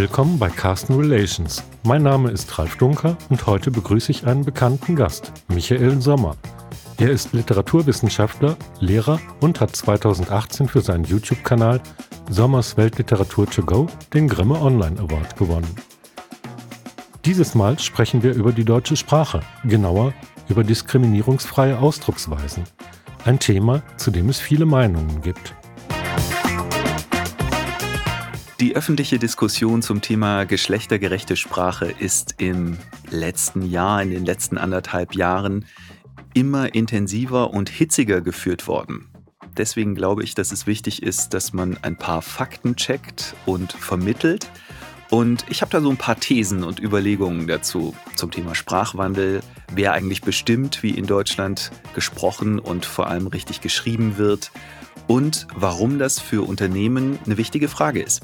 Willkommen bei Carsten Relations. Mein Name ist Ralf Dunker und heute begrüße ich einen bekannten Gast, Michael Sommer. Er ist Literaturwissenschaftler, Lehrer und hat 2018 für seinen YouTube-Kanal Sommers Weltliteratur to go den Grimme Online Award gewonnen. Dieses Mal sprechen wir über die deutsche Sprache, genauer über diskriminierungsfreie Ausdrucksweisen. Ein Thema, zu dem es viele Meinungen gibt. Die öffentliche Diskussion zum Thema geschlechtergerechte Sprache ist im letzten Jahr, in den letzten 1,5 Jahren immer intensiver und hitziger geführt worden. Deswegen glaube ich, dass es wichtig ist, dass man ein paar Fakten checkt und vermittelt. Und ich habe da so ein paar Thesen und Überlegungen dazu zum Thema Sprachwandel, wer eigentlich bestimmt, wie in Deutschland gesprochen und vor allem richtig geschrieben wird und warum das für Unternehmen eine wichtige Frage ist.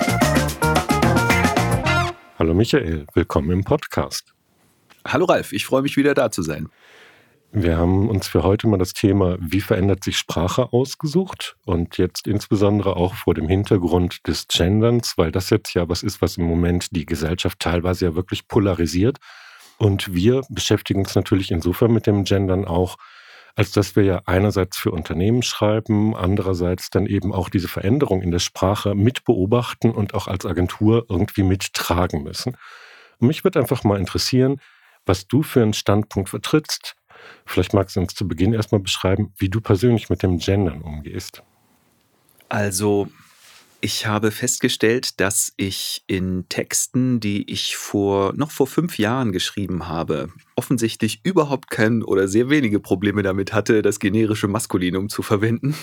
Hallo Michael, willkommen im Podcast. Hallo Ralf, ich freue mich wieder da zu sein. Wir haben uns für heute mal das Thema, wie verändert sich Sprache, ausgesucht und jetzt insbesondere auch vor dem Hintergrund des Genderns, weil das jetzt ja was ist, was im Moment die Gesellschaft teilweise ja wirklich polarisiert. Und wir beschäftigen uns natürlich insofern mit dem Gendern auch, als dass wir ja einerseits für Unternehmen schreiben, andererseits dann eben auch diese Veränderung in der Sprache mit beobachten und auch als Agentur irgendwie mittragen müssen. Und mich würde einfach mal interessieren, was du für einen Standpunkt vertrittst. Vielleicht magst du uns zu Beginn erstmal beschreiben, wie du persönlich mit dem Gendern umgehst. Also, ich habe festgestellt, dass ich in Texten, die ich noch vor 5 Jahren geschrieben habe, offensichtlich überhaupt kein oder sehr wenige Probleme damit hatte, das generische Maskulinum zu verwenden,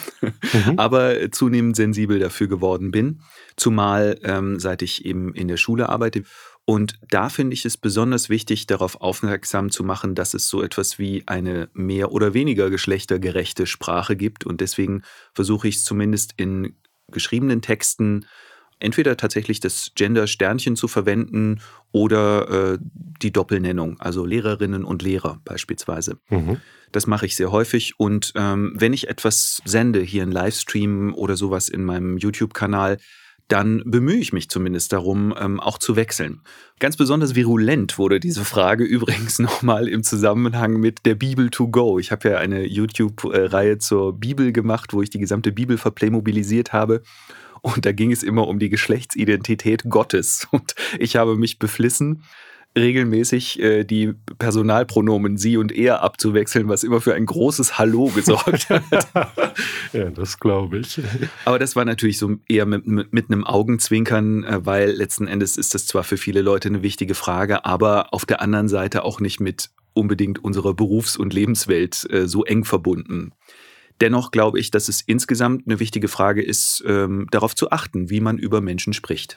aber zunehmend sensibel dafür geworden bin, zumal seit ich eben in der Schule arbeite. Und da finde ich es besonders wichtig, darauf aufmerksam zu machen, dass es so etwas wie eine mehr oder weniger geschlechtergerechte Sprache gibt. Und deswegen versuche ich es zumindest in geschriebenen Texten entweder tatsächlich das Gender-Sternchen zu verwenden oder die Doppelnennung, also Lehrerinnen und Lehrer beispielsweise. Das mache ich sehr häufig und wenn ich etwas sende, hier in Livestream oder sowas in meinem YouTube-Kanal, dann bemühe ich mich zumindest darum, auch zu wechseln. Ganz besonders virulent wurde diese Frage übrigens nochmal im Zusammenhang mit der Bibel to go. Ich habe ja eine YouTube-Reihe zur Bibel gemacht, wo ich die gesamte Bibel verplaymobilisiert habe. Und da ging es immer um die Geschlechtsidentität Gottes. Und ich habe mich beflissen, regelmäßig die Personalpronomen sie und er abzuwechseln, was immer für ein großes Hallo gesorgt hat. Ja, das glaube ich. Aber das war natürlich so eher mit einem Augenzwinkern, weil letzten Endes ist das zwar für viele Leute eine wichtige Frage, aber auf der anderen Seite auch nicht mit unbedingt unserer Berufs- und Lebenswelt so eng verbunden. Dennoch glaube ich, dass es insgesamt eine wichtige Frage ist, darauf zu achten, wie man über Menschen spricht.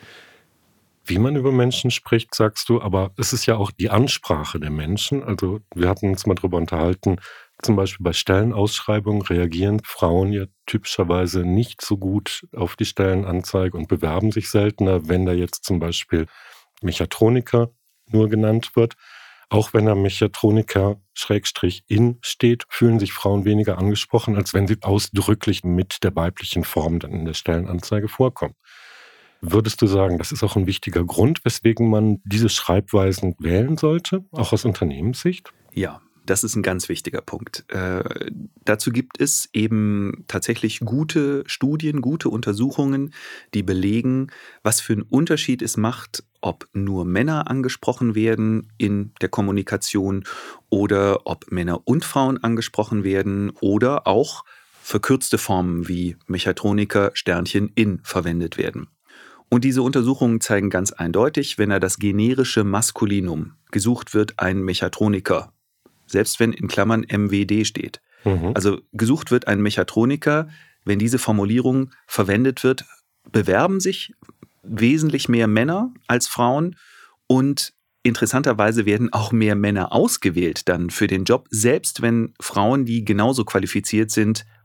Wie man über Menschen spricht, sagst du, aber es ist ja auch die Ansprache der Menschen. Also wir hatten uns mal darüber unterhalten, zum Beispiel bei Stellenausschreibungen reagieren Frauen ja typischerweise nicht so gut auf die Stellenanzeige und bewerben sich seltener, wenn da jetzt zum Beispiel Mechatroniker nur genannt wird. Auch wenn da Mechatroniker-in steht, fühlen sich Frauen weniger angesprochen, als wenn sie ausdrücklich mit der weiblichen Form dann in der Stellenanzeige vorkommen. Würdest du sagen, das ist auch ein wichtiger Grund, weswegen man diese Schreibweisen wählen sollte, auch aus Unternehmenssicht? Ja, das ist ein ganz wichtiger Punkt. Dazu gibt es eben tatsächlich gute Studien, gute Untersuchungen, die belegen, was für einen Unterschied es macht, ob nur Männer angesprochen werden in der Kommunikation oder ob Männer und Frauen angesprochen werden oder auch verkürzte Formen wie Mechatroniker, Sternchen, in verwendet werden. Und diese Untersuchungen zeigen ganz eindeutig, wenn da das generische Maskulinum gesucht wird, ein Mechatroniker, selbst wenn in Klammern MWD steht. Also gesucht wird ein Mechatroniker, wenn diese Formulierung verwendet wird, bewerben sich wesentlich mehr Männer als Frauen und interessanterweise werden auch mehr Männer ausgewählt dann für den Job, selbst wenn Frauen, die genauso qualifiziert sind,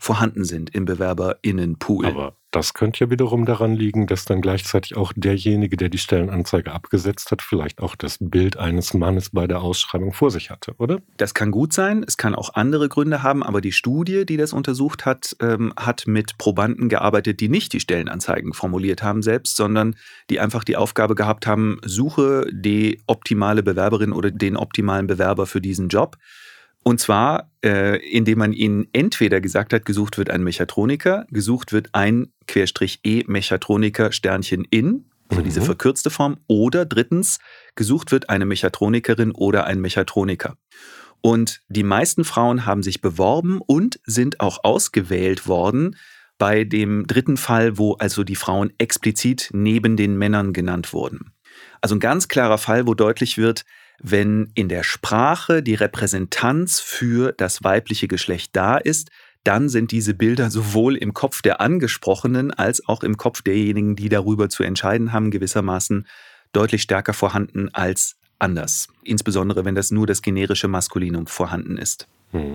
vorhanden sind im BewerberInnenpool. Aber das könnte ja wiederum daran liegen, dass dann gleichzeitig auch derjenige, der die Stellenanzeige abgesetzt hat, vielleicht auch das Bild eines Mannes bei der Ausschreibung vor sich hatte, oder? Das kann gut sein, es kann auch andere Gründe haben, aber die Studie, die das untersucht hat, hat mit Probanden gearbeitet, die nicht die Stellenanzeigen formuliert haben selbst, sondern die einfach die Aufgabe gehabt haben, suche die optimale Bewerberin oder den optimalen Bewerber für diesen Job. Und zwar, indem man ihnen entweder gesagt hat, gesucht wird ein Mechatroniker, gesucht wird ein /E Mechatroniker *in, für diese verkürzte Form, oder drittens, gesucht wird eine Mechatronikerin oder ein Mechatroniker. Und die meisten Frauen haben sich beworben und sind auch ausgewählt worden bei dem dritten Fall, wo also die Frauen explizit neben den Männern genannt wurden. Also ein ganz klarer Fall, wo deutlich wird, wenn in der Sprache die Repräsentanz für das weibliche Geschlecht da ist, dann sind diese Bilder sowohl im Kopf der Angesprochenen als auch im Kopf derjenigen, die darüber zu entscheiden haben, gewissermaßen deutlich stärker vorhanden als anders. Insbesondere, wenn das nur das generische Maskulinum vorhanden ist.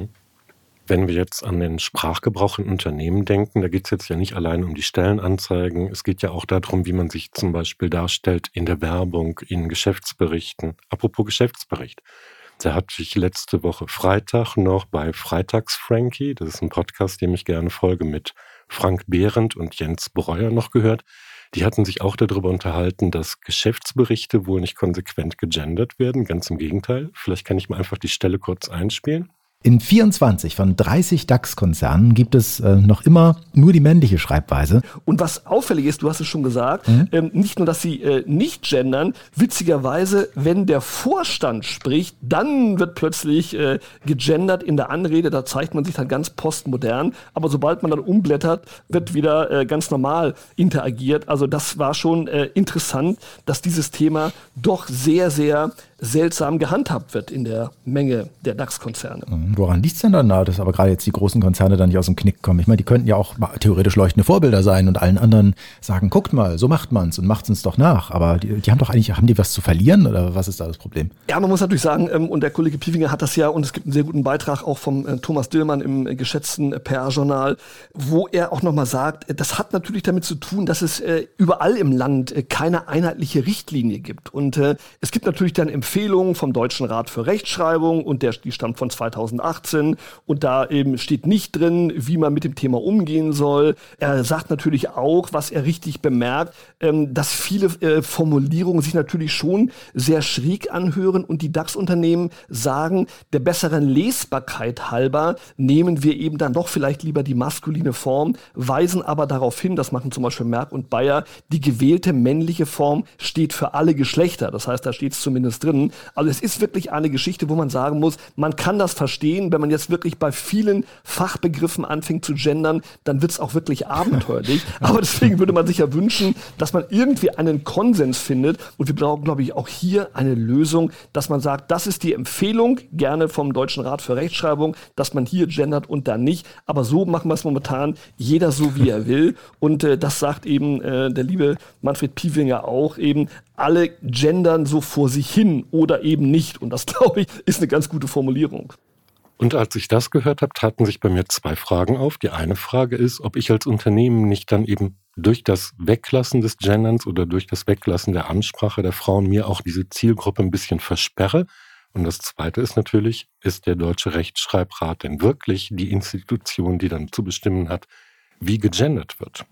Wenn wir jetzt an den Sprachgebrauch in Unternehmen denken, da geht es jetzt ja nicht allein um die Stellenanzeigen. Es geht ja auch darum, wie man sich zum Beispiel darstellt in der Werbung, in Geschäftsberichten. Apropos Geschäftsbericht. Da hatte ich letzte Woche Freitag noch bei Freitags-Frankie, das ist ein Podcast, dem ich gerne folge, mit Frank Behrendt und Jens Breuer noch gehört. Die hatten sich auch darüber unterhalten, dass Geschäftsberichte wohl nicht konsequent gegendert werden. Ganz im Gegenteil. Vielleicht kann ich mal einfach die Stelle kurz einspielen. In 24 von 30 DAX-Konzernen gibt es noch immer nur die männliche Schreibweise. Und was auffällig ist, du hast es schon gesagt, nicht nur, dass sie nicht gendern, witzigerweise, wenn der Vorstand spricht, dann wird plötzlich gegendert in der Anrede, da zeigt man sich dann ganz postmodern, aber sobald man dann umblättert, wird wieder ganz normal interagiert. Also das war schon interessant, dass dieses Thema doch sehr, sehr seltsam gehandhabt wird in der Menge der DAX-Konzerne. Woran liegt es denn dann, dass aber gerade jetzt die großen Konzerne dann nicht aus dem Knick kommen? Ich meine, die könnten ja auch theoretisch leuchtende Vorbilder sein und allen anderen sagen, guckt mal, so macht man's und macht's uns doch nach. Aber die haben doch eigentlich, haben die was zu verlieren oder was ist da das Problem? Ja, man muss natürlich sagen, und der Kollege Piefinger hat das ja, und es gibt einen sehr guten Beitrag auch vom Thomas Dillmann im geschätzten PR-Journal, wo er auch nochmal sagt, das hat natürlich damit zu tun, dass es überall im Land keine einheitliche Richtlinie gibt. Und es gibt natürlich dann Empfehlungen vom Deutschen Rat für Rechtschreibung und die stammt von 2018 und da eben steht nicht drin, wie man mit dem Thema umgehen soll. Er sagt natürlich auch, was er richtig bemerkt, dass viele Formulierungen sich natürlich schon sehr schräg anhören und die DAX-Unternehmen sagen, der besseren Lesbarkeit halber nehmen wir eben dann doch vielleicht lieber die maskuline Form, weisen aber darauf hin, das machen zum Beispiel Merck und Bayer, die gewählte männliche Form steht für alle Geschlechter. Das heißt, da steht es zumindest drin. Also es ist wirklich eine Geschichte, wo man sagen muss, man kann das verstehen, wenn man jetzt wirklich bei vielen Fachbegriffen anfängt zu gendern, dann wird es auch wirklich abenteuerlich. Aber deswegen würde man sich ja wünschen, dass man irgendwie einen Konsens findet. Und wir brauchen, glaube ich, auch hier eine Lösung, dass man sagt, das ist die Empfehlung, gerne vom Deutschen Rat für Rechtschreibung, dass man hier gendert und da nicht. Aber so machen wir es momentan, jeder so, wie er will. Und das sagt eben der liebe Manfred Piefinger auch eben, alle gendern so vor sich hin oder eben nicht. Und das, glaube ich, ist eine ganz gute Formulierung. Und als ich das gehört habe, taten sich bei mir zwei Fragen auf. Die eine Frage ist, ob ich als Unternehmen nicht dann eben durch das Weglassen des Genderns oder durch das Weglassen der Ansprache der Frauen mir auch diese Zielgruppe ein bisschen versperre. Und das zweite ist natürlich, ist der Deutsche Rechtschreibrat denn wirklich die Institution, die dann zu bestimmen hat, wie gegendert wird?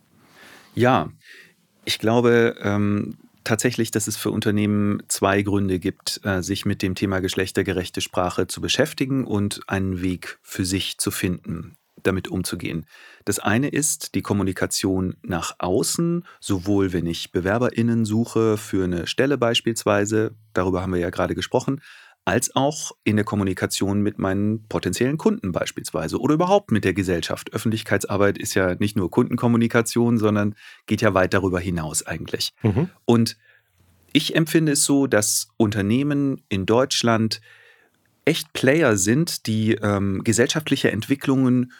Ja, ich glaube tatsächlich, dass es für Unternehmen zwei Gründe gibt, sich mit dem Thema geschlechtergerechte Sprache zu beschäftigen und einen Weg für sich zu finden, damit umzugehen. Das eine ist die Kommunikation nach außen, sowohl wenn ich BewerberInnen suche für eine Stelle beispielsweise, darüber haben wir ja gerade gesprochen, als auch in der Kommunikation mit meinen potenziellen Kunden beispielsweise oder überhaupt mit der Gesellschaft. Öffentlichkeitsarbeit ist ja nicht nur Kundenkommunikation, sondern geht ja weit darüber hinaus eigentlich. Und ich empfinde es so, dass Unternehmen in Deutschland echt Player sind, die gesellschaftliche Entwicklungen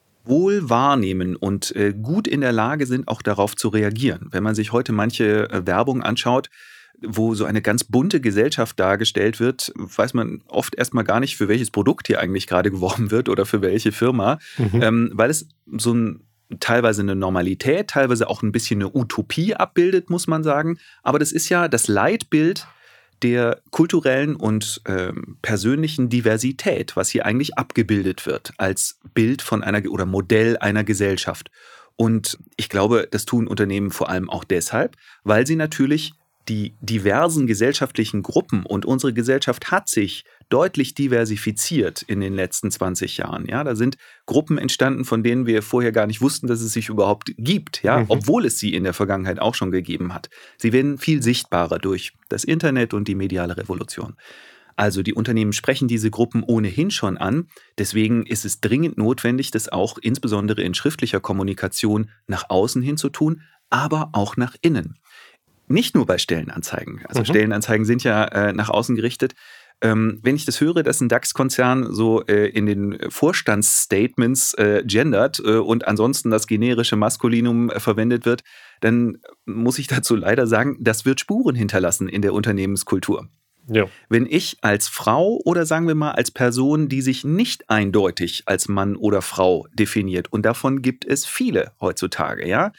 wohl wahrnehmen und gut in der Lage sind, auch darauf zu reagieren. Wenn man sich heute manche Werbung anschaut, wo so eine ganz bunte Gesellschaft dargestellt wird, weiß man oft erstmal gar nicht, für welches Produkt hier eigentlich gerade geworben wird oder für welche Firma, weil es so teilweise eine Normalität, teilweise auch ein bisschen eine Utopie abbildet, muss man sagen. Aber das ist ja das Leitbild der kulturellen und persönlichen Diversität, was hier eigentlich abgebildet wird als Bild von einer oder Modell einer Gesellschaft. Und ich glaube, das tun Unternehmen vor allem auch deshalb, weil sie natürlich die diversen gesellschaftlichen Gruppen, und unsere Gesellschaft hat sich deutlich diversifiziert in den letzten 20 Jahren. Ja, da sind Gruppen entstanden, von denen wir vorher gar nicht wussten, dass es sich überhaupt gibt, ja, obwohl es sie in der Vergangenheit auch schon gegeben hat. Sie werden viel sichtbarer durch das Internet und die mediale Revolution. Also die Unternehmen sprechen diese Gruppen ohnehin schon an. Deswegen ist es dringend notwendig, das auch insbesondere in schriftlicher Kommunikation nach außen hin zu tun, aber auch nach innen. Nicht nur bei Stellenanzeigen. Also Stellenanzeigen sind ja nach außen gerichtet. Wenn ich das höre, dass ein DAX-Konzern so in den Vorstandsstatements gendert und ansonsten das generische Maskulinum verwendet wird, dann muss ich dazu leider sagen, das wird Spuren hinterlassen in der Unternehmenskultur. Ja. Wenn ich als Frau oder sagen wir mal als Person, die sich nicht eindeutig als Mann oder Frau definiert, und davon gibt es viele heutzutage, ja,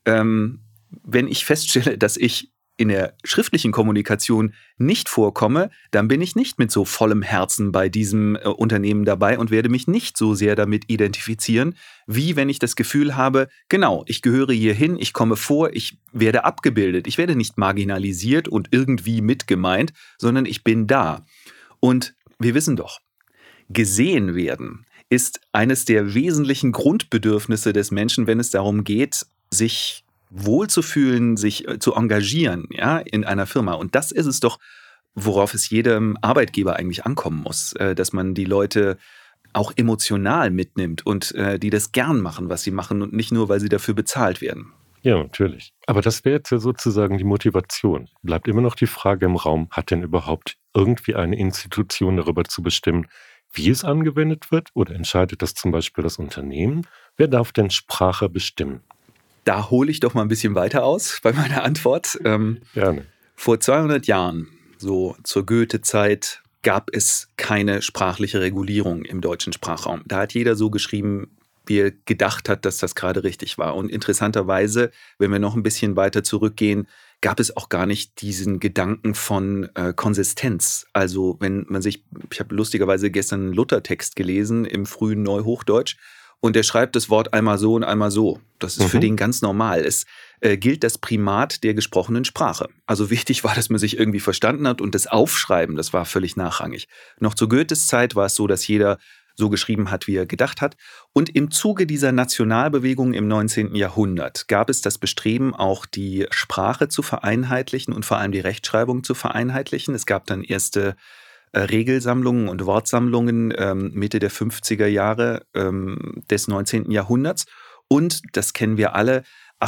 wenn ich feststelle, dass ich in der schriftlichen Kommunikation nicht vorkomme, dann bin ich nicht mit so vollem Herzen bei diesem Unternehmen dabei und werde mich nicht so sehr damit identifizieren, wie wenn ich das Gefühl habe, genau, ich gehöre hierhin, ich komme vor, ich werde abgebildet, ich werde nicht marginalisiert und irgendwie mitgemeint, sondern ich bin da. Und wir wissen doch, gesehen werden ist eines der wesentlichen Grundbedürfnisse des Menschen, wenn es darum geht, sich wohlzufühlen, sich zu engagieren, ja, in einer Firma. Und das ist es doch, worauf es jedem Arbeitgeber eigentlich ankommen muss, dass man die Leute auch emotional mitnimmt und die das gern machen, was sie machen und nicht nur, weil sie dafür bezahlt werden. Ja, natürlich. Aber das wäre jetzt ja sozusagen die Motivation. Bleibt immer noch die Frage im Raum, hat denn überhaupt irgendwie eine Institution darüber zu bestimmen, wie es angewendet wird? Oder entscheidet das zum Beispiel das Unternehmen? Wer darf denn Sprache bestimmen? Da hole ich doch mal ein bisschen weiter aus bei meiner Antwort. Gerne. Vor 200 Jahren, so zur Goethe-Zeit, gab es keine sprachliche Regulierung im deutschen Sprachraum. Da hat jeder so geschrieben, wie er gedacht hat, dass das gerade richtig war. Und interessanterweise, wenn wir noch ein bisschen weiter zurückgehen, gab es auch gar nicht diesen Gedanken von Konsistenz. Also wenn man sich, ich habe lustigerweise gestern einen Luther-Text gelesen im frühen Neuhochdeutsch, und der schreibt das Wort einmal so und einmal so. Das ist für den ganz normal. Es gilt das Primat der gesprochenen Sprache. Also wichtig war, dass man sich irgendwie verstanden hat, und das Aufschreiben, das war völlig nachrangig. Noch zu Goethes Zeit war es so, dass jeder so geschrieben hat, wie er gedacht hat. Und im Zuge dieser Nationalbewegung im 19. Jahrhundert gab es das Bestreben, auch die Sprache zu vereinheitlichen und vor allem die Rechtschreibung zu vereinheitlichen. Es gab dann erste Regelsammlungen und Wortsammlungen Mitte der 50er Jahre des 19. Jahrhunderts. Und, das kennen wir alle,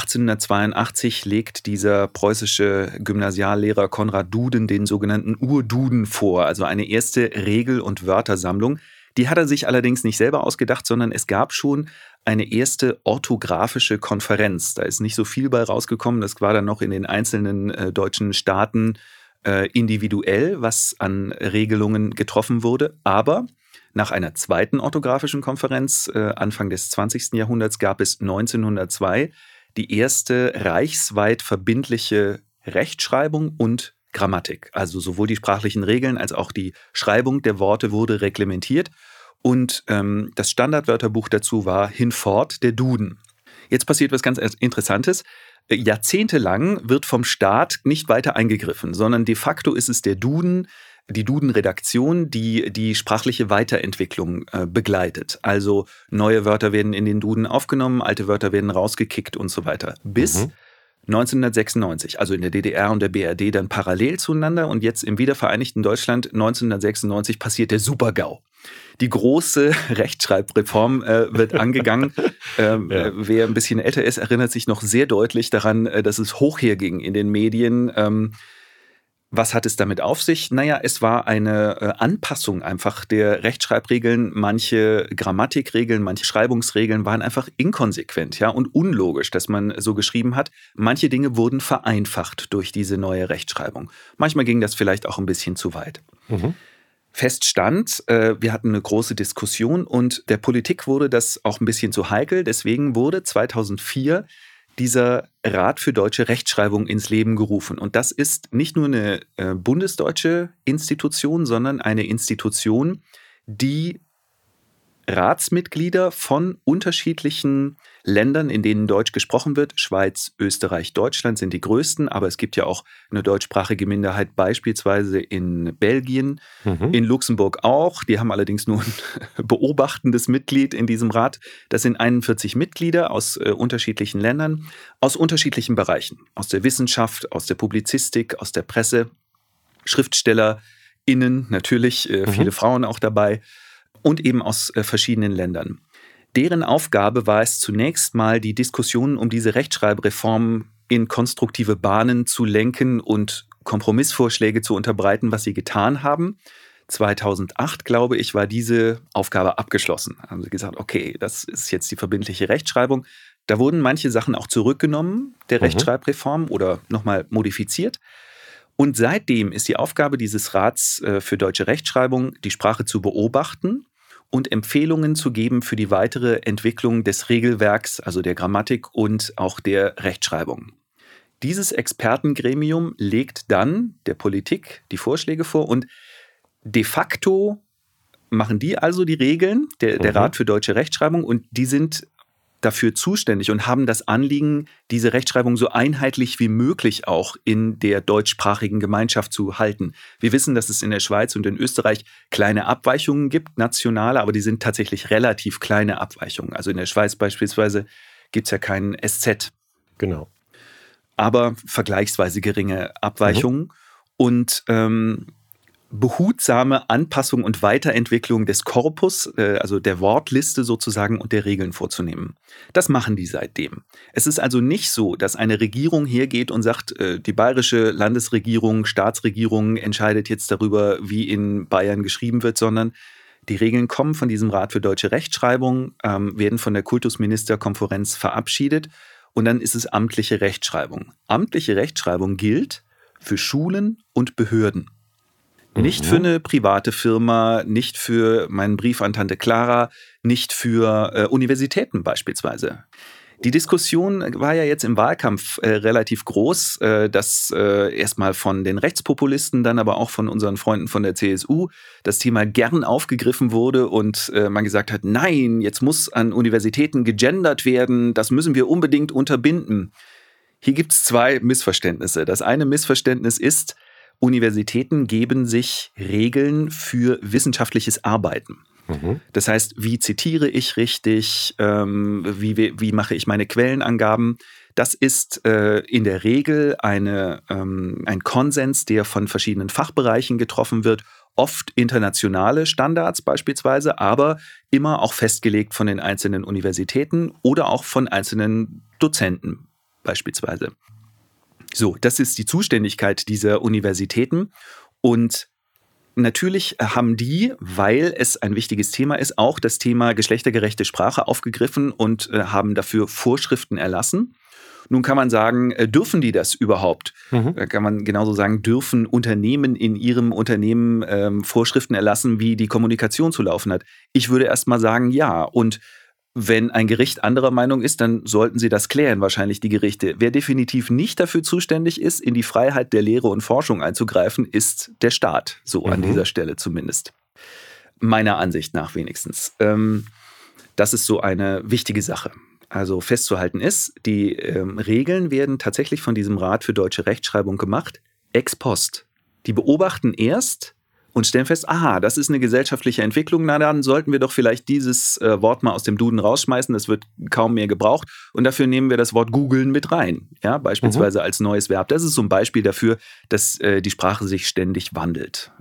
1882 legt dieser preußische Gymnasiallehrer Konrad Duden den sogenannten Urduden vor, also eine erste Regel- und Wörtersammlung. Die hat er sich allerdings nicht selber ausgedacht, sondern es gab schon eine erste orthografische Konferenz. Da ist nicht so viel bei rausgekommen, das war dann noch in den einzelnen deutschen Staaten individuell, was an Regelungen getroffen wurde. Aber nach einer zweiten orthografischen Konferenz Anfang des 20. Jahrhunderts gab es 1902 die erste reichsweit verbindliche Rechtschreibung und Grammatik. Also sowohl die sprachlichen Regeln als auch die Schreibung der Worte wurde reglementiert. Und das Standardwörterbuch dazu war hinfort der Duden. Jetzt passiert was ganz Interessantes. Jahrzehntelang wird vom Staat nicht weiter eingegriffen, sondern de facto ist es der Duden, die Duden-Redaktion, die die sprachliche Weiterentwicklung begleitet. Also neue Wörter werden in den Duden aufgenommen, alte Wörter werden rausgekickt und so weiter. Bis 1996, also in der DDR und der BRD dann parallel zueinander, und jetzt im wiedervereinigten Deutschland 1996 passiert der Super-GAU. Die große Rechtschreibreform wird angegangen. Wer ein bisschen älter ist, erinnert sich noch sehr deutlich daran, dass es hoch herging in den Medien. Was hat es damit auf sich? Naja, es war eine Anpassung einfach der Rechtschreibregeln. Manche Grammatikregeln, manche Schreibungsregeln waren einfach inkonsequent, ja, und unlogisch, dass man so geschrieben hat. Manche Dinge wurden vereinfacht durch diese neue Rechtschreibung. Manchmal ging das vielleicht auch ein bisschen zu weit. Fest stand, wir hatten eine große Diskussion und der Politik wurde das auch ein bisschen zu heikel. Deswegen wurde 2004 dieser Rat für deutsche Rechtschreibung ins Leben gerufen. Und das ist nicht nur eine bundesdeutsche Institution, sondern eine Institution, die Ratsmitglieder von unterschiedlichen Ländern, in denen Deutsch gesprochen wird, Schweiz, Österreich, Deutschland sind die größten, aber es gibt ja auch eine deutschsprachige Minderheit beispielsweise in Belgien, in Luxemburg auch. Die haben allerdings nur ein beobachtendes Mitglied in diesem Rat. Das sind 41 Mitglieder aus unterschiedlichen Ländern, aus unterschiedlichen Bereichen, aus der Wissenschaft, aus der Publizistik, aus der Presse, SchriftstellerInnen, natürlich viele Frauen auch dabei, und eben aus verschiedenen Ländern. Deren Aufgabe war es zunächst mal, die Diskussionen um diese Rechtschreibreform in konstruktive Bahnen zu lenken und Kompromissvorschläge zu unterbreiten, was sie getan haben. 2008, glaube ich, war diese Aufgabe abgeschlossen. Da haben sie gesagt, okay, das ist jetzt die verbindliche Rechtschreibung. Da wurden manche Sachen auch zurückgenommen, der Rechtschreibreform, oder nochmal modifiziert. Und seitdem ist die Aufgabe dieses Rats für deutsche Rechtschreibung, die Sprache zu beobachten und Empfehlungen zu geben für die weitere Entwicklung des Regelwerks, also der Grammatik und auch der Rechtschreibung. Dieses Expertengremium legt dann der Politik die Vorschläge vor und de facto machen die also die Regeln, der Rat für deutsche Rechtschreibung, und die sind dafür zuständig und haben das Anliegen, diese Rechtschreibung so einheitlich wie möglich auch in der deutschsprachigen Gemeinschaft zu halten. Wir wissen, dass es in der Schweiz und in Österreich kleine Abweichungen gibt, nationale, aber die sind tatsächlich relativ kleine Abweichungen. Also in der Schweiz beispielsweise gibt es ja keinen SZ. Genau. Aber vergleichsweise geringe Abweichungen und behutsame Anpassung und Weiterentwicklung des Korpus, also der Wortliste sozusagen, und der Regeln vorzunehmen. Das machen die seitdem. Es ist also nicht so, dass eine Regierung hergeht und sagt, die bayerische Landesregierung, Staatsregierung entscheidet jetzt darüber, wie in Bayern geschrieben wird, sondern die Regeln kommen von diesem Rat für deutsche Rechtschreibung, werden von der Kultusministerkonferenz verabschiedet und dann ist es amtliche Rechtschreibung. Amtliche Rechtschreibung gilt für Schulen und Behörden. Nicht für eine private Firma, nicht für meinen Brief an Tante Clara, nicht für Universitäten beispielsweise. Die Diskussion war ja jetzt im Wahlkampf relativ groß, dass erstmal von den Rechtspopulisten, dann aber auch von unseren Freunden von der CSU das Thema gern aufgegriffen wurde und man gesagt hat, nein, jetzt muss an Universitäten gegendert werden, das müssen wir unbedingt unterbinden. Hier gibt es zwei Missverständnisse. Das eine Missverständnis ist, Universitäten geben sich Regeln für wissenschaftliches Arbeiten. Das heißt, wie zitiere ich richtig, wie mache ich meine Quellenangaben? Das ist in der Regel ein Konsens, der von verschiedenen Fachbereichen getroffen wird, oft internationale Standards beispielsweise, aber immer auch festgelegt von den einzelnen Universitäten oder auch von einzelnen Dozenten beispielsweise. So, das ist die Zuständigkeit dieser Universitäten und natürlich haben die, weil es ein wichtiges Thema ist, auch das Thema geschlechtergerechte Sprache aufgegriffen und haben dafür Vorschriften erlassen. Nun kann man sagen, dürfen die das überhaupt? Da kann man genauso sagen, dürfen Unternehmen in ihrem Unternehmen Vorschriften erlassen, wie die Kommunikation zu laufen hat? Ich würde erst mal sagen, ja. Und wenn ein Gericht anderer Meinung ist, dann sollten sie das klären, wahrscheinlich die Gerichte. Wer definitiv nicht dafür zuständig ist, in die Freiheit der Lehre und Forschung einzugreifen, ist der Staat. So an dieser Stelle zumindest. Meiner Ansicht nach wenigstens. Das ist so eine wichtige Sache. Also festzuhalten ist, die Regeln werden tatsächlich von diesem Rat für deutsche Rechtschreibung gemacht, ex post. Die beobachten erst und stellen fest, aha, das ist eine gesellschaftliche Entwicklung, na dann sollten wir doch vielleicht dieses Wort mal aus dem Duden rausschmeißen, das wird kaum mehr gebraucht und dafür nehmen wir das Wort googeln mit rein, ja, beispielsweise als neues Verb. Das ist so ein Beispiel dafür, dass die Sprache sich ständig wandelt.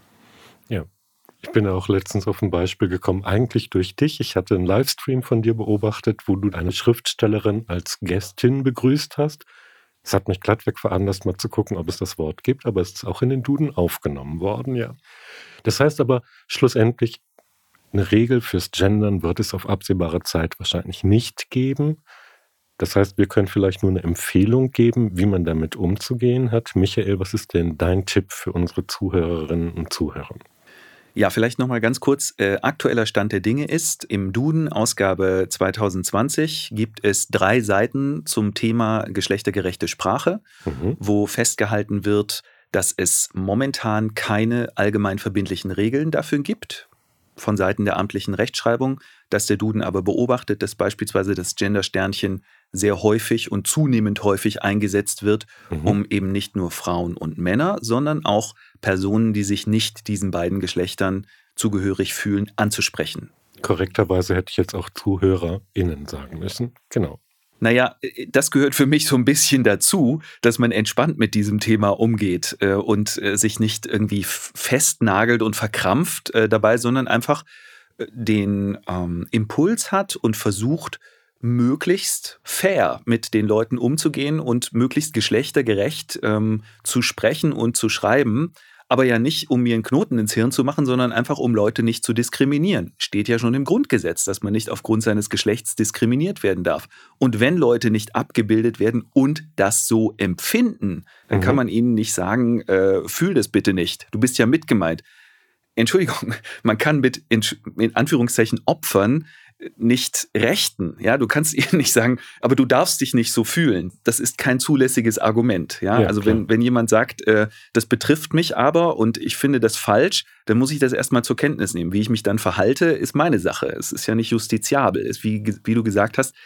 Ja, ich bin auch letztens auf ein Beispiel gekommen, eigentlich durch dich. Ich hatte einen Livestream von dir beobachtet, wo du eine Schriftstellerin als Gästin begrüßt hast. Es hat mich glattweg veranlasst, mal zu gucken, ob es das Wort gibt, aber es ist auch in den Duden aufgenommen worden, ja. Das heißt aber schlussendlich, eine Regel fürs Gendern wird es auf absehbare Zeit wahrscheinlich nicht geben. Das heißt, wir können vielleicht nur eine Empfehlung geben, wie man damit umzugehen hat. Michael, was ist denn dein Tipp für unsere Zuhörerinnen und Zuhörer? Ja, vielleicht nochmal ganz kurz. Aktueller Stand der Dinge ist, im Duden, Ausgabe 2020, gibt es 3 Seiten zum Thema geschlechtergerechte Sprache, wo festgehalten wird, dass es momentan keine allgemein verbindlichen Regeln dafür gibt, von Seiten der amtlichen Rechtschreibung, dass der Duden aber beobachtet, dass beispielsweise das Gendersternchen sehr häufig und zunehmend häufig eingesetzt wird, um eben nicht nur Frauen und Männer, sondern auch Personen, die sich nicht diesen beiden Geschlechtern zugehörig fühlen, anzusprechen. Korrekterweise hätte ich jetzt auch ZuhörerInnen sagen müssen. Genau. Naja, das gehört für mich so ein bisschen dazu, dass man entspannt mit diesem Thema umgeht und sich nicht irgendwie festnagelt und verkrampft dabei, sondern einfach den Impuls hat und versucht, möglichst fair mit den Leuten umzugehen und möglichst geschlechtergerecht zu sprechen und zu schreiben. Aber ja nicht, um mir einen Knoten ins Hirn zu machen, sondern einfach, um Leute nicht zu diskriminieren. Steht ja schon im Grundgesetz, dass man nicht aufgrund seines Geschlechts diskriminiert werden darf. Und wenn Leute nicht abgebildet werden und das so empfinden, dann kann man ihnen nicht sagen, fühl das bitte nicht, du bist ja mitgemeint. Entschuldigung, man kann mit in Anführungszeichen Opfern nicht rechten. Ja, du kannst ihnen nicht sagen, aber du darfst dich nicht so fühlen. Das ist kein zulässiges Argument. Ja, also wenn jemand sagt, das betrifft mich aber und ich finde das falsch, dann muss ich das erstmal zur Kenntnis nehmen. Wie ich mich dann verhalte, ist meine Sache. Es ist ja nicht justiziabel. Es ist, wie du gesagt hast,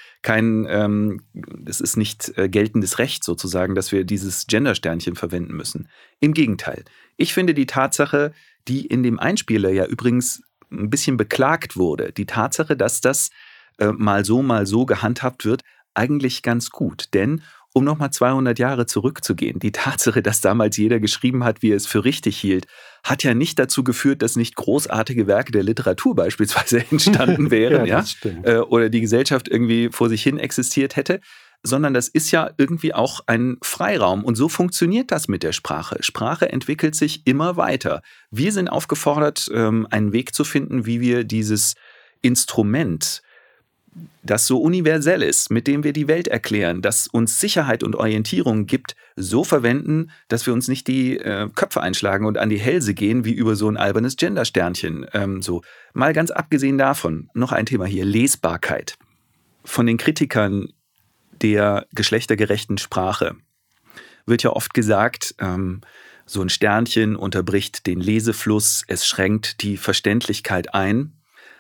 das ist nicht geltendes Recht sozusagen, dass wir dieses Gendersternchen verwenden müssen. Im Gegenteil. Ich finde die Tatsache, die in dem Einspieler ja übrigens ein bisschen beklagt wurde, die Tatsache, dass das mal so gehandhabt wird, eigentlich ganz gut. Denn, um nochmal 200 Jahre zurückzugehen, die Tatsache, dass damals jeder geschrieben hat, wie er es für richtig hielt, hat ja nicht dazu geführt, dass nicht großartige Werke der Literatur beispielsweise entstanden wären, oder die Gesellschaft irgendwie vor sich hin existiert hätte, sondern das ist ja irgendwie auch ein Freiraum. Und so funktioniert das mit der Sprache. Sprache entwickelt sich immer weiter. Wir sind aufgefordert, einen Weg zu finden, wie wir dieses Instrument, das so universell ist, mit dem wir die Welt erklären, das uns Sicherheit und Orientierung gibt, so verwenden, dass wir uns nicht die Köpfe einschlagen und an die Hälse gehen, wie über so ein albernes Gendersternchen. Mal ganz abgesehen davon, noch ein Thema hier, Lesbarkeit. Von den Kritikern der geschlechtergerechten Sprache wird ja oft gesagt, so ein Sternchen unterbricht den Lesefluss, es schränkt die Verständlichkeit ein.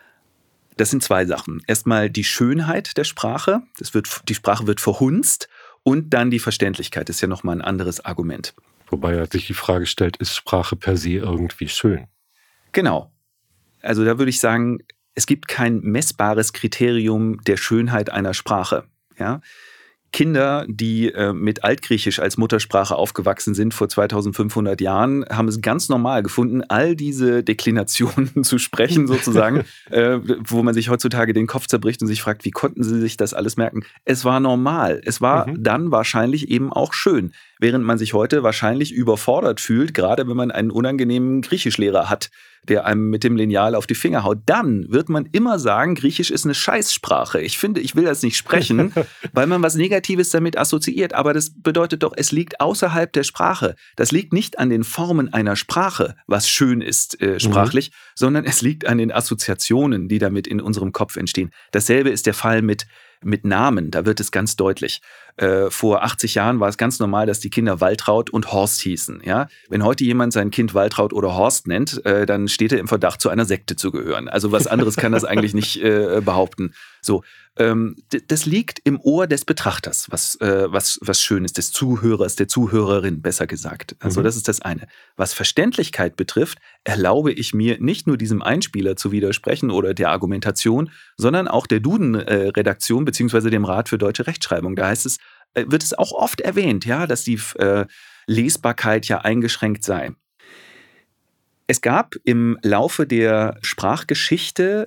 Das sind 2 Sachen. Erstmal die Schönheit der Sprache, die Sprache wird verhunzt, und dann die Verständlichkeit, das ist ja nochmal ein anderes Argument. Wobei sich die Frage stellt, ist Sprache per se irgendwie schön? Genau. Also da würde ich sagen, es gibt kein messbares Kriterium der Schönheit einer Sprache. Ja? Kinder, die mit Altgriechisch als Muttersprache aufgewachsen sind vor 2500 Jahren, haben es ganz normal gefunden, all diese Deklinationen zu sprechen sozusagen, wo man sich heutzutage den Kopf zerbricht und sich fragt, wie konnten sie sich das alles merken? Es war normal. Es war dann wahrscheinlich eben auch schön, während man sich heute wahrscheinlich überfordert fühlt, gerade wenn man einen unangenehmen Griechischlehrer hat, der einem mit dem Lineal auf die Finger haut. Dann wird man immer sagen, Griechisch ist eine Scheißsprache. Ich finde, ich will das nicht sprechen, weil man was Negatives damit assoziiert. Aber das bedeutet doch, es liegt außerhalb der Sprache. Das liegt nicht an den Formen einer Sprache, was schön ist sprachlich, sondern es liegt an den Assoziationen, die damit in unserem Kopf entstehen. Dasselbe ist der Fall mit Namen, da wird es ganz deutlich. Vor 80 Jahren war es ganz normal, dass die Kinder Waltraud und Horst hießen. Ja? Wenn heute jemand sein Kind Waltraud oder Horst nennt, dann steht er im Verdacht, zu einer Sekte zu gehören. Also was anderes kann das eigentlich nicht behaupten. So, das liegt im Ohr des Betrachters, was schön ist, des Zuhörers, der Zuhörerin, besser gesagt. Also das ist das eine. Was Verständlichkeit betrifft, erlaube ich mir nicht nur diesem Einspieler zu widersprechen oder der Argumentation, sondern auch der Duden-Redaktion beziehungsweise dem Rat für deutsche Rechtschreibung. Da wird es auch oft erwähnt, ja, dass die Lesbarkeit ja eingeschränkt sei. Es gab im Laufe der Sprachgeschichte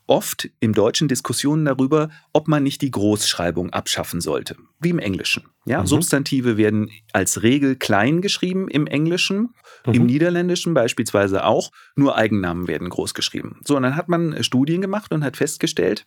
oft im Deutschen Diskussionen darüber, ob man nicht die Großschreibung abschaffen sollte, wie im Englischen. Ja, Substantive werden als Regel klein geschrieben im Englischen, im Niederländischen beispielsweise auch, nur Eigennamen werden groß geschrieben. So, und dann hat man Studien gemacht und hat festgestellt,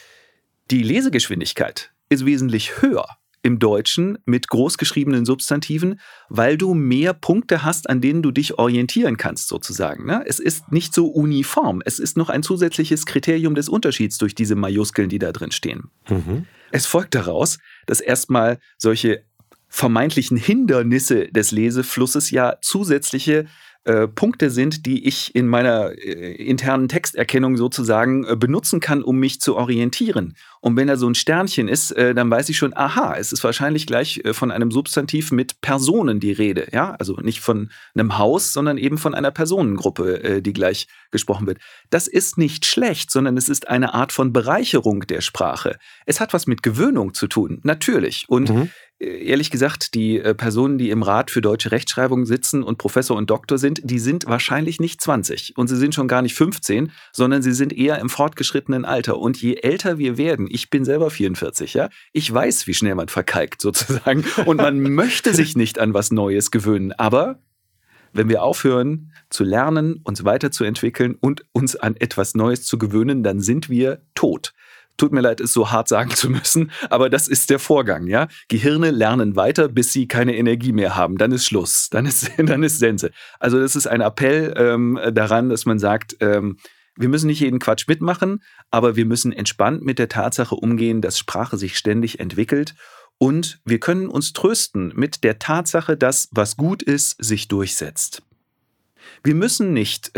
die Lesegeschwindigkeit ist wesentlich höher im Deutschen mit großgeschriebenen Substantiven, weil du mehr Punkte hast, an denen du dich orientieren kannst, sozusagen. Ne? Es ist nicht so uniform. Es ist noch ein zusätzliches Kriterium des Unterschieds durch diese Majuskeln, die da drin stehen. Es folgt daraus, dass erstmal solche vermeintlichen Hindernisse des Leseflusses ja zusätzliche Punkte sind, die ich in meiner internen Texterkennung sozusagen benutzen kann, um mich zu orientieren. Und wenn da so ein Sternchen ist, dann weiß ich schon, aha, es ist wahrscheinlich gleich von einem Substantiv mit Personen die Rede. Ja? Also nicht von einem Haus, sondern eben von einer Personengruppe, die gleich gesprochen wird. Das ist nicht schlecht, sondern es ist eine Art von Bereicherung der Sprache. Es hat was mit Gewöhnung zu tun, natürlich. Und ehrlich gesagt, die Personen, die im Rat für deutsche Rechtschreibung sitzen und Professor und Doktor sind, die sind wahrscheinlich nicht 20 und sie sind schon gar nicht 15, sondern sie sind eher im fortgeschrittenen Alter. Und je älter wir werden, ich bin selber 44, ja, ich weiß, wie schnell man verkalkt sozusagen und man möchte sich nicht an was Neues gewöhnen, aber wenn wir aufhören zu lernen, uns weiterzuentwickeln und uns an etwas Neues zu gewöhnen, dann sind wir tot. Tut mir leid, es so hart sagen zu müssen, aber das ist der Vorgang, ja. Gehirne lernen weiter, bis sie keine Energie mehr haben. Dann ist Schluss, dann ist Sense. Also das ist ein Appell daran, dass man sagt, wir müssen nicht jeden Quatsch mitmachen, aber wir müssen entspannt mit der Tatsache umgehen, dass Sprache sich ständig entwickelt. Und wir können uns trösten mit der Tatsache, dass was gut ist, sich durchsetzt. Wir müssen nicht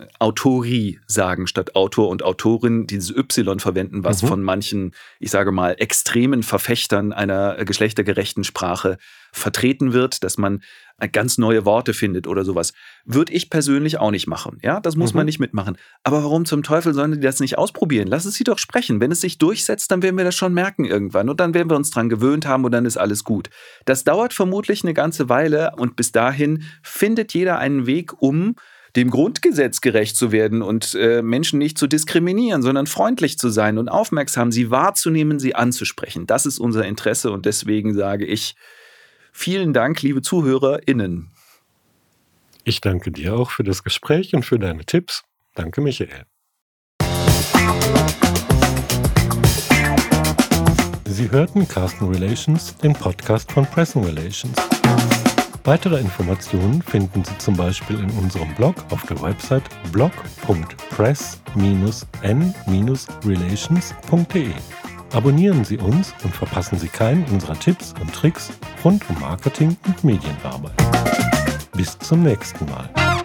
Autorie sagen statt Autor und Autorin, dieses Y verwenden, was von manchen, ich sage mal, extremen Verfechtern einer geschlechtergerechten Sprache vertreten wird, dass man ganz neue Worte findet oder sowas. Würde ich persönlich auch nicht machen. Ja, das muss man nicht mitmachen. Aber warum zum Teufel sollen die das nicht ausprobieren? Lass es sie doch sprechen. Wenn es sich durchsetzt, dann werden wir das schon merken irgendwann. Und dann werden wir uns dran gewöhnt haben und dann ist alles gut. Das dauert vermutlich eine ganze Weile und bis dahin findet jeder einen Weg, um dem Grundgesetz gerecht zu werden und Menschen nicht zu diskriminieren, sondern freundlich zu sein und aufmerksam, sie wahrzunehmen, sie anzusprechen. Das ist unser Interesse und deswegen sage ich, vielen Dank, liebe ZuhörerInnen. Ich danke dir auch für das Gespräch und für deine Tipps. Danke, Michael. Sie hörten Carsten Relations, den Podcast von Pressing Relations. Weitere Informationen finden Sie zum Beispiel in unserem Blog auf der Website blog.press-n-relations.de. Abonnieren Sie uns und verpassen Sie keinen unserer Tipps und Tricks rund um Marketing und Medienarbeit. Bis zum nächsten Mal.